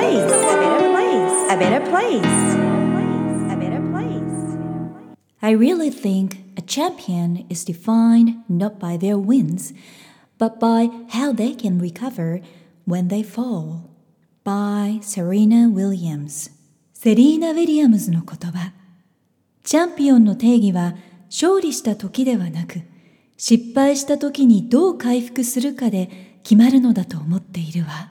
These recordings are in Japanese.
place. A better place. A better place. A better place. I really think a champion is defined not by their wins, but by how they can recover when they fall. By Serena Williams. セリーナ・ウィリアムズの言葉。チャンピオンの定義は勝利した時ではなく、失敗した時にどう回復するかで決まるのだと思っているわ。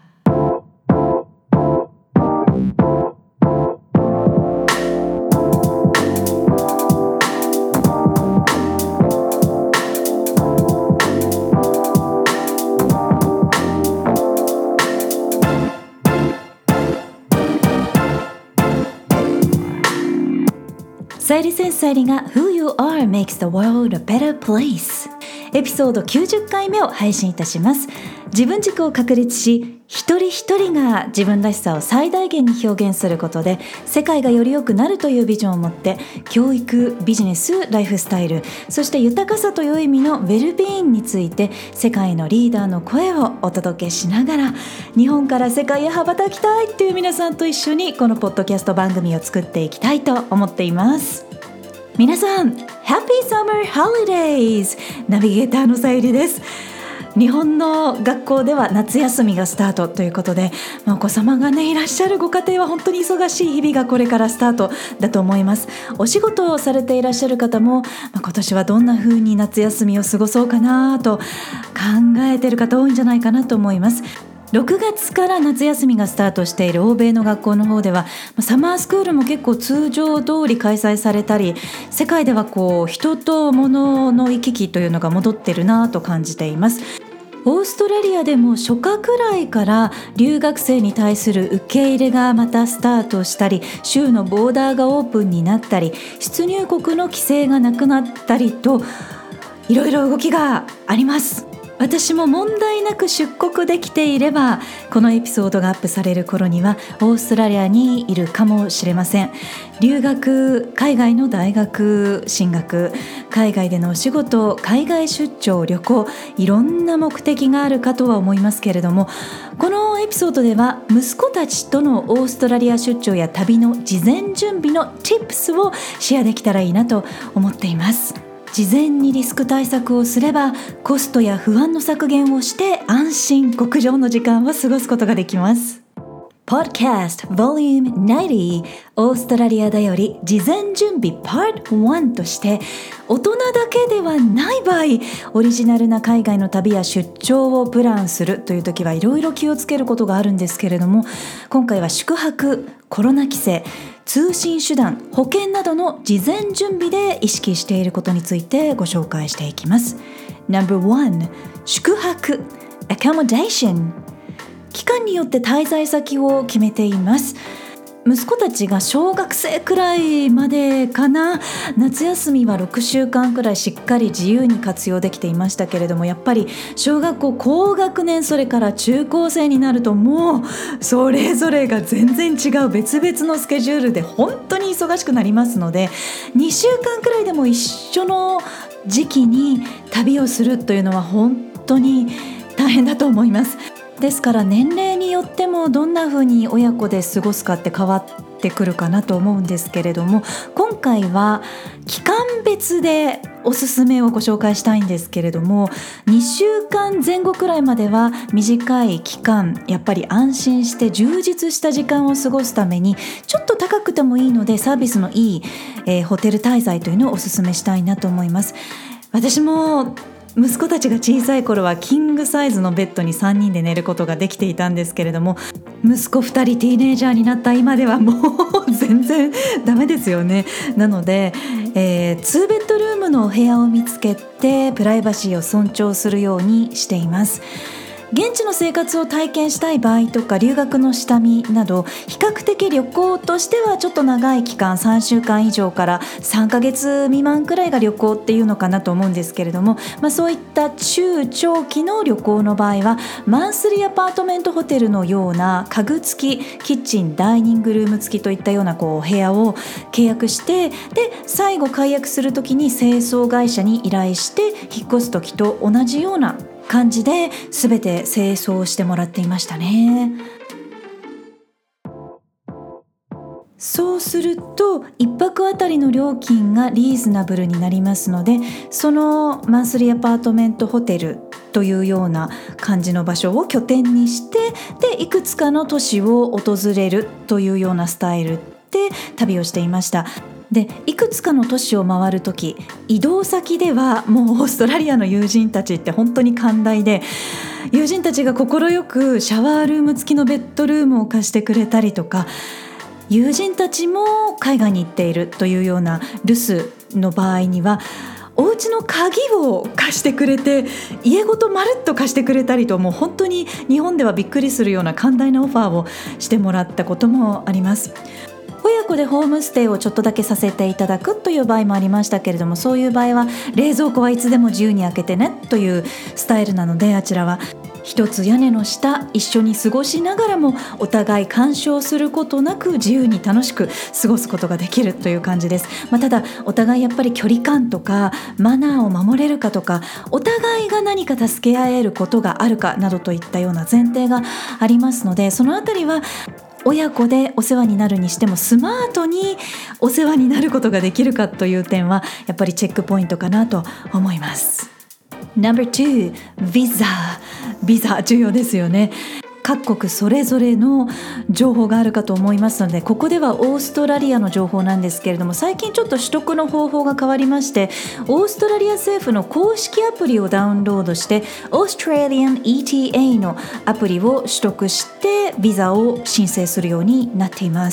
さゆりセンサリが Who You Are Makes the World a Better Place エピソード90回目を配信いたします。自分軸を確立し、一人一人が自分らしさを最大限に表現することで世界がより良くなるというビジョンを持って、教育、ビジネス、ライフスタイル、そして豊かさという意味のウェルビーインについて世界のリーダーの声をお届けしながら、日本から世界へ羽ばたきたいっていう皆さんと一緒にこのポッドキャスト番組を作っていきたいと思っています。皆さん Happy Summer Holidays! ナビゲーターのさゆりです。日本の学校では夏休みがスタートということで、お子様がねいらっしゃるご家庭は本当に忙しい日々がこれからスタートだと思います。お仕事をされていらっしゃる方も、今年はどんな風に夏休みを過ごそうかなと考えている方多いんじゃないかなと思います。6月から夏休みがスタートしている欧米の学校の方では、サマースクールも結構通常通り開催されたり、世界では人と物の行き来というのが戻ってるなと感じています。オーストラリアでも初夏くらいから留学生に対する受け入れがまたスタートしたり、州のボーダーがオープンになったり、出入国の規制がなくなったりと、いろいろ動きがあります。私も問題なく出国できていれば、このエピソードがアップされる頃にはオーストラリアにいるかもしれません。留学、海外の大学進学、海外でのお仕事、海外出張、旅行、いろんな目的があるかとは思いますけれども、このエピソードでは息子たちとのオーストラリア出張や旅の事前準備の Tips をシェアできたらいいなと思っています。事前にリスク対策をすれば、コストや不安の削減をして安心極上の時間を過ごすことができます。Podcast Volume 90オーストラリアだより事前準備 Part 1として、大人だけではない場合、オリジナルな海外の旅や出張をプランするという時はいろいろ気をつけることがあるんですけれども、今回は宿泊、コロナ規制、通信手段、保険などの事前準備で意識していることについてご紹介していきます。 No.1 宿泊 Accommodation。 期間によって滞在先を決めています。息子たちが小学生くらいまでかな、夏休みは6週間くらいしっかり自由に活用できていましたけれども、やっぱり小学校高学年、それから中高生になるともうそれぞれが全然違う別々のスケジュールで本当に忙しくなりますので、2週間くらいでも一緒の時期に旅をするというのは本当に大変だと思います。ですから年齢によってもどんな風に親子で過ごすかって変わってくるかなと思うんですけれども、今回は期間別でおすすめをご紹介したいんですけれども、2週間前後くらいまでは短い期間、やっぱり安心して充実した時間を過ごすために、ちょっと高くてもいいのでサービスのいい、ホテル滞在というのをおすすめしたいなと思います。私も息子たちが小さい頃はキングサイズのベッドに3人で寝ることができていたんですけれども、息子2人ティーネイジャーになった今ではもう全然ダメですよね。なので、2ベッドルームのお部屋を見つけてプライバシーを尊重するようにしています。現地の生活を体験したい場合とか、留学の下見など比較的旅行としてはちょっと長い期間、3週間以上から3ヶ月未満くらいが旅行っていうのかなと思うんですけれども、そういった中長期の旅行の場合はマンスリーアパートメントホテルのような家具付きキッチン、ダイニングルーム付きといったような部屋を契約して、で最後解約するときに清掃会社に依頼して引っ越すときと同じような感じで全て清掃してもらっていましたね。 そうすると1泊あたりの料金がリーズナブルになりますので、そのマンスリーアパートメントホテルというような感じの場所を拠点にして、でいくつかの都市を訪れるというようなスタイルで旅をしていました。でいくつかの都市を回るとき、移動先ではもうオーストラリアの友人たちって本当に寛大で、友人たちが快くシャワールーム付きのベッドルームを貸してくれたりとか、友人たちも海外に行っているというような留守の場合にはお家の鍵を貸してくれて、家ごとまるっと貸してくれたりと、もう本当に日本ではびっくりするような寛大なオファーをしてもらったこともあります。親子でホームステイをちょっとだけさせていただくという場合もありましたけれども、そういう場合は冷蔵庫はいつでも自由に開けてねというスタイルなので、あちらは一つ屋根の下一緒に過ごしながらもお互い干渉することなく自由に楽しく過ごすことができるという感じです。ただお互いやっぱり距離感とかマナーを守れるかとか、お互いが何か助け合えることがあるかなどといったような前提がありますので、そのあたりは親子でお世話になるにしてもスマートにお世話になることができるかという点はやっぱりチェックポイントかなと思います。No.2 ビザ重要ですよね。各国それぞれの情報があるかと思いますので、ここではオーストラリアの情報なんですけれども、最近ちょっと取得の方法が変わりまして、オーストラリア政府の公式アプリをダウンロードして Australian ETA のアプリを取得してビザを申請するようになっています。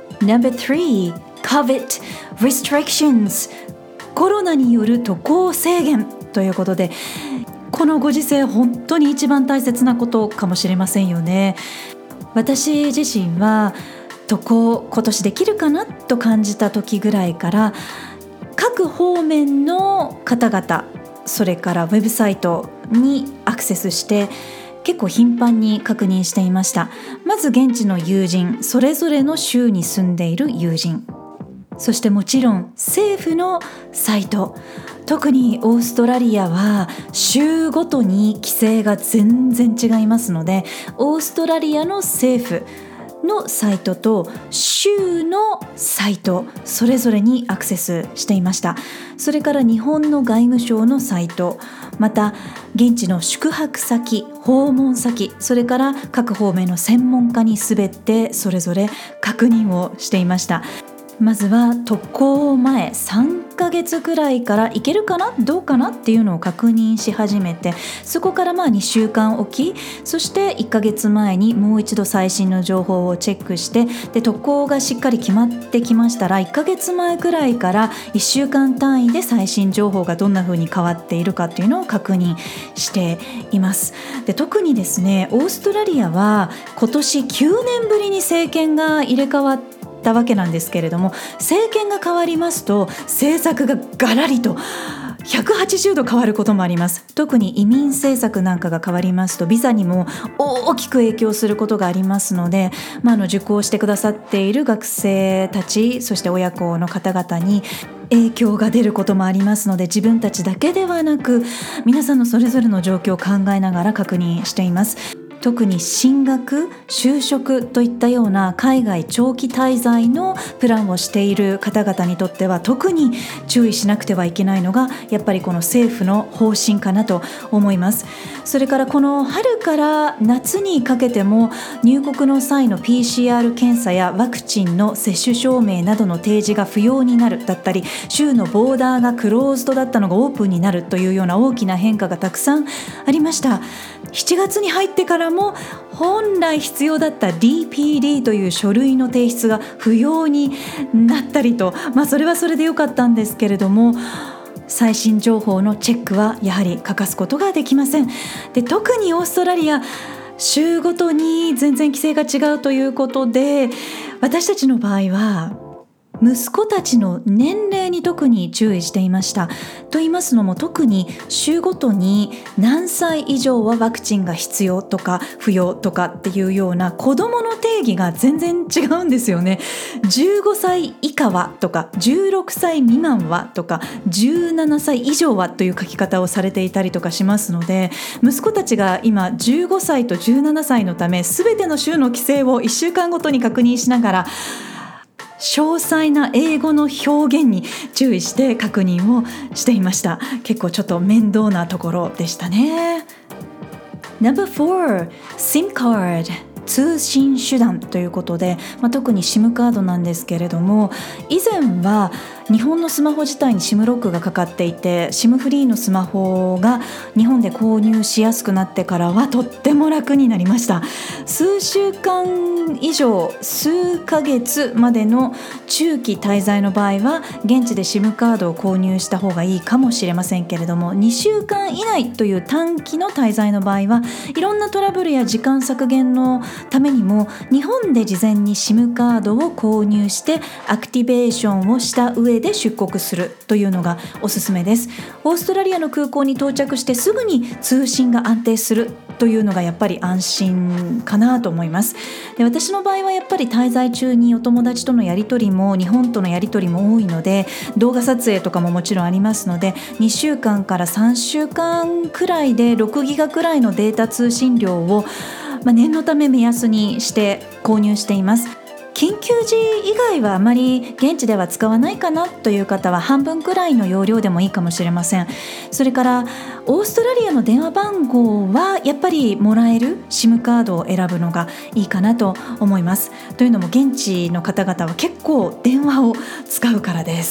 No.3 COVID restrictions、 コロナによる渡航制限ということで、このご時世本当に一番大切なことかもしれませんよね。私自身は渡航今年できるかなと感じた時ぐらいから各方面の方々、それからウェブサイトにアクセスして結構頻繁に確認していました。まず現地の友人、それぞれの州に住んでいる友人、そしてもちろん政府のサイト、特にオーストラリアは州ごとに規制が全然違いますので、オーストラリアの政府のサイトと州のサイトそれぞれにアクセスしていました。それから日本の外務省のサイト、また現地の宿泊先、訪問先、それから各方面の専門家にすべてそれぞれ確認をしていました。まずは渡航前3ヶ月くらいから行けるかなどうかなっていうのを確認し始めて、そこから2週間おき、そして1ヶ月前にもう一度最新の情報をチェックして、で渡航がしっかり決まってきましたら1ヶ月前くらいから1週間単位で最新情報がどんな風に変わっているかっていうのを確認しています。で特にですね、オーストラリアは今年9年ぶりに政権が入れ替わってたわけなんですけれども、政権が変わりますと政策がガラリと180度変わることもあります。特に移民政策なんかが変わりますとビザにも大きく影響することがありますので、受講してくださっている学生たち、そして親子の方々に影響が出ることもありますので、自分たちだけではなく皆さんのそれぞれの状況を考えながら確認しています。特に進学、就職といったような海外長期滞在のプランをしている方々にとっては特に注意しなくてはいけないのがやっぱりこの政府の方針かなと思います。それからこの春から夏にかけても入国の際の PCR 検査やワクチンの接種証明などの提示が不要になるだったり、州のボーダーがクローズドだったのがオープンになるというような大きな変化がたくさんありました。7月に入ってからも本来必要だった DPD という書類の提出が不要になったりと、それはそれで良かったんですけれども、最新情報のチェックはやはり欠かすことができません。で特にオーストラリア、州ごとに全然規制が違うということで、私たちの場合は息子たちの年齢に特に注意していました。と言いますのも、特に州ごとに何歳以上はワクチンが必要とか不要とかっていうような子どもの定義が全然違うんですよね。15歳以下はとか16歳未満はとか17歳以上はという書き方をされていたりとかしますので、息子たちが今15歳と17歳のため全ての州の規制を1週間ごとに確認しながら詳細な英語の表現に注意して確認をしていました。結構ちょっと面倒なところでしたね。No.4 SIM card、通信手段ということで、特に SIM カードなんですけれども、以前は日本のスマホ自体に SIM ロックがかかっていて SIM フリーのスマホが日本で購入しやすくなってからはとっても楽になりました。数週間以上数ヶ月までの中期滞在の場合は現地で SIM カードを購入した方がいいかもしれませんけれども、2週間以内という短期の滞在の場合はいろんなトラブルや時間削減のためにも日本で事前に SIM カードを購入してアクティベーションをした上で出国するというのがおすすめです。オーストラリアの空港に到着してすぐに通信が安定するというのがやっぱり安心かなと思います。で、私の場合はやっぱり滞在中にお友達とのやり取りも日本とのやり取りも多いので、動画撮影とかももちろんありますので、2週間から3週間くらいで6ギガくらいのデータ通信量を念のため目安にして購入しています。緊急時以外はあまり現地では使わないかなという方は半分くらいの容量でもいいかもしれません。それからオーストラリアの電話番号はやっぱりもらえる SIM カードを選ぶのがいいかなと思います。というのも現地の方々は結構電話を使うからです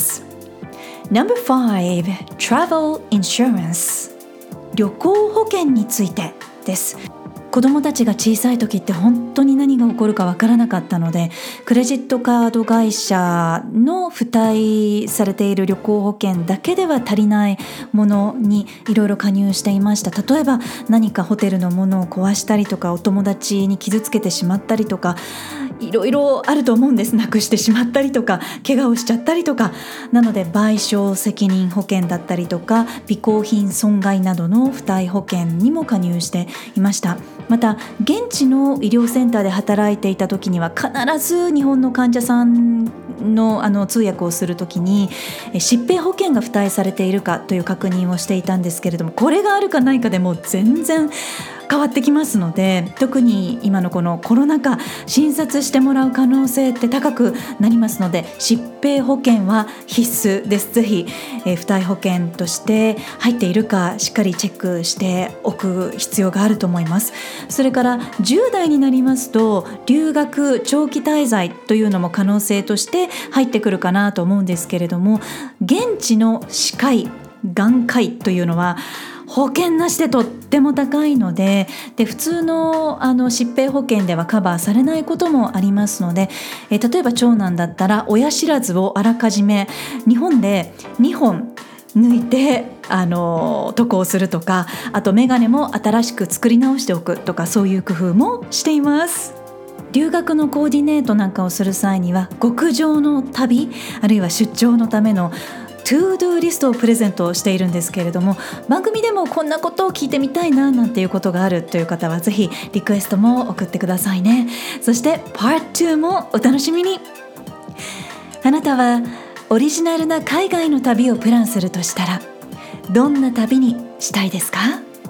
。No.5 Travel Insurance、 旅行保険についてです。子どもたちが小さい時って本当に何が起こるかわからなかったので、クレジットカード会社の付帯されている旅行保険だけでは足りないものにいろいろ加入していました。例えば何かホテルのものを壊したりとか、お友達に傷つけてしまったりとか、いろいろあると思うんです。なくしてしまったりとか、怪我をしちゃったりとか。なので賠償責任保険だったりとか、備考品損害などの付帯保険にも加入していました。また現地の医療センターで働いていた時には必ず日本の患者さんの通訳をする時に疾病保険が付帯されているかという確認をしていたんですけれども、これがあるかないかでもう全然変わってきますので、特に今のこのコロナ禍、診察してもらう可能性って高くなりますので、疾病保険は必須です。ぜひ、付帯保険として入っているかしっかりチェックしておく必要があると思います。それから10代になりますと留学長期滞在というのも可能性として入ってくるかなと思うんですけれども、現地の歯科医、眼科医というのは保険なしでとっても高いので、普通の疾病保険ではカバーされないこともありますので、例えば長男だったら親知らずをあらかじめ日本で2本抜いて渡航するとか、あとメガネも新しく作り直しておくとか、そういう工夫もしています。留学のコーディネートなんかをする際には極上の旅、あるいは出張のためのトゥードゥーリストをプレゼントしているんですけれども、番組でもこんなことを聞いてみたいななんていうことがあるという方はぜひリクエストも送ってくださいね。そしてパート2もお楽しみに。あなたはオリジナルな海外の旅をプランするとしたらどんな旅にしたいですか？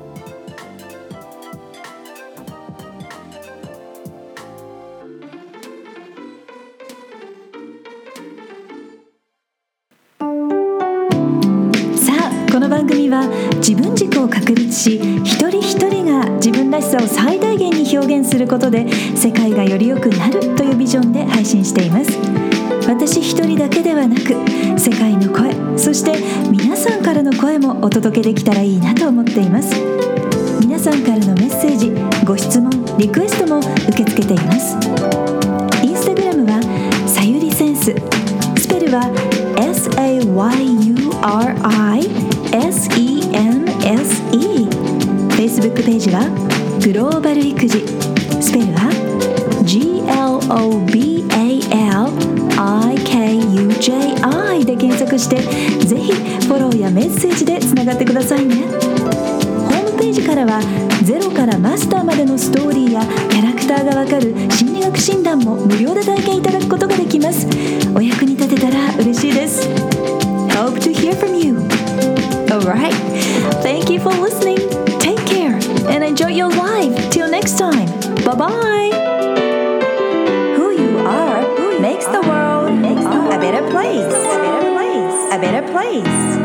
この番組は自分軸を確立し、一人一人が自分らしさを最大限に表現することで世界がより良くなるというビジョンで配信しています。私一人だけではなく、世界の声、そして皆さんからの声もお届けできたらいいなと思っています。皆さんからのメッセージ、ご質問、リクエストも受け付けています。インスタグラムはさゆりセンス、スペルは SAYURISENSE。 Facebook ページはグローバル育児、スペルは GLOBALIKUJI で検索して、ぜひフォローやメッセージでつながってくださいね。ホームページからはゼロからマスターまでのストーリーやキャラクターがわかる心理学診断も無料で体験いただくことができます。お役に立てたら嬉しいです。 Hope to hear from you. Alright, thank you for listening. Take care and enjoy your life. Till next time. Bye bye. Who you are makes the world a better place.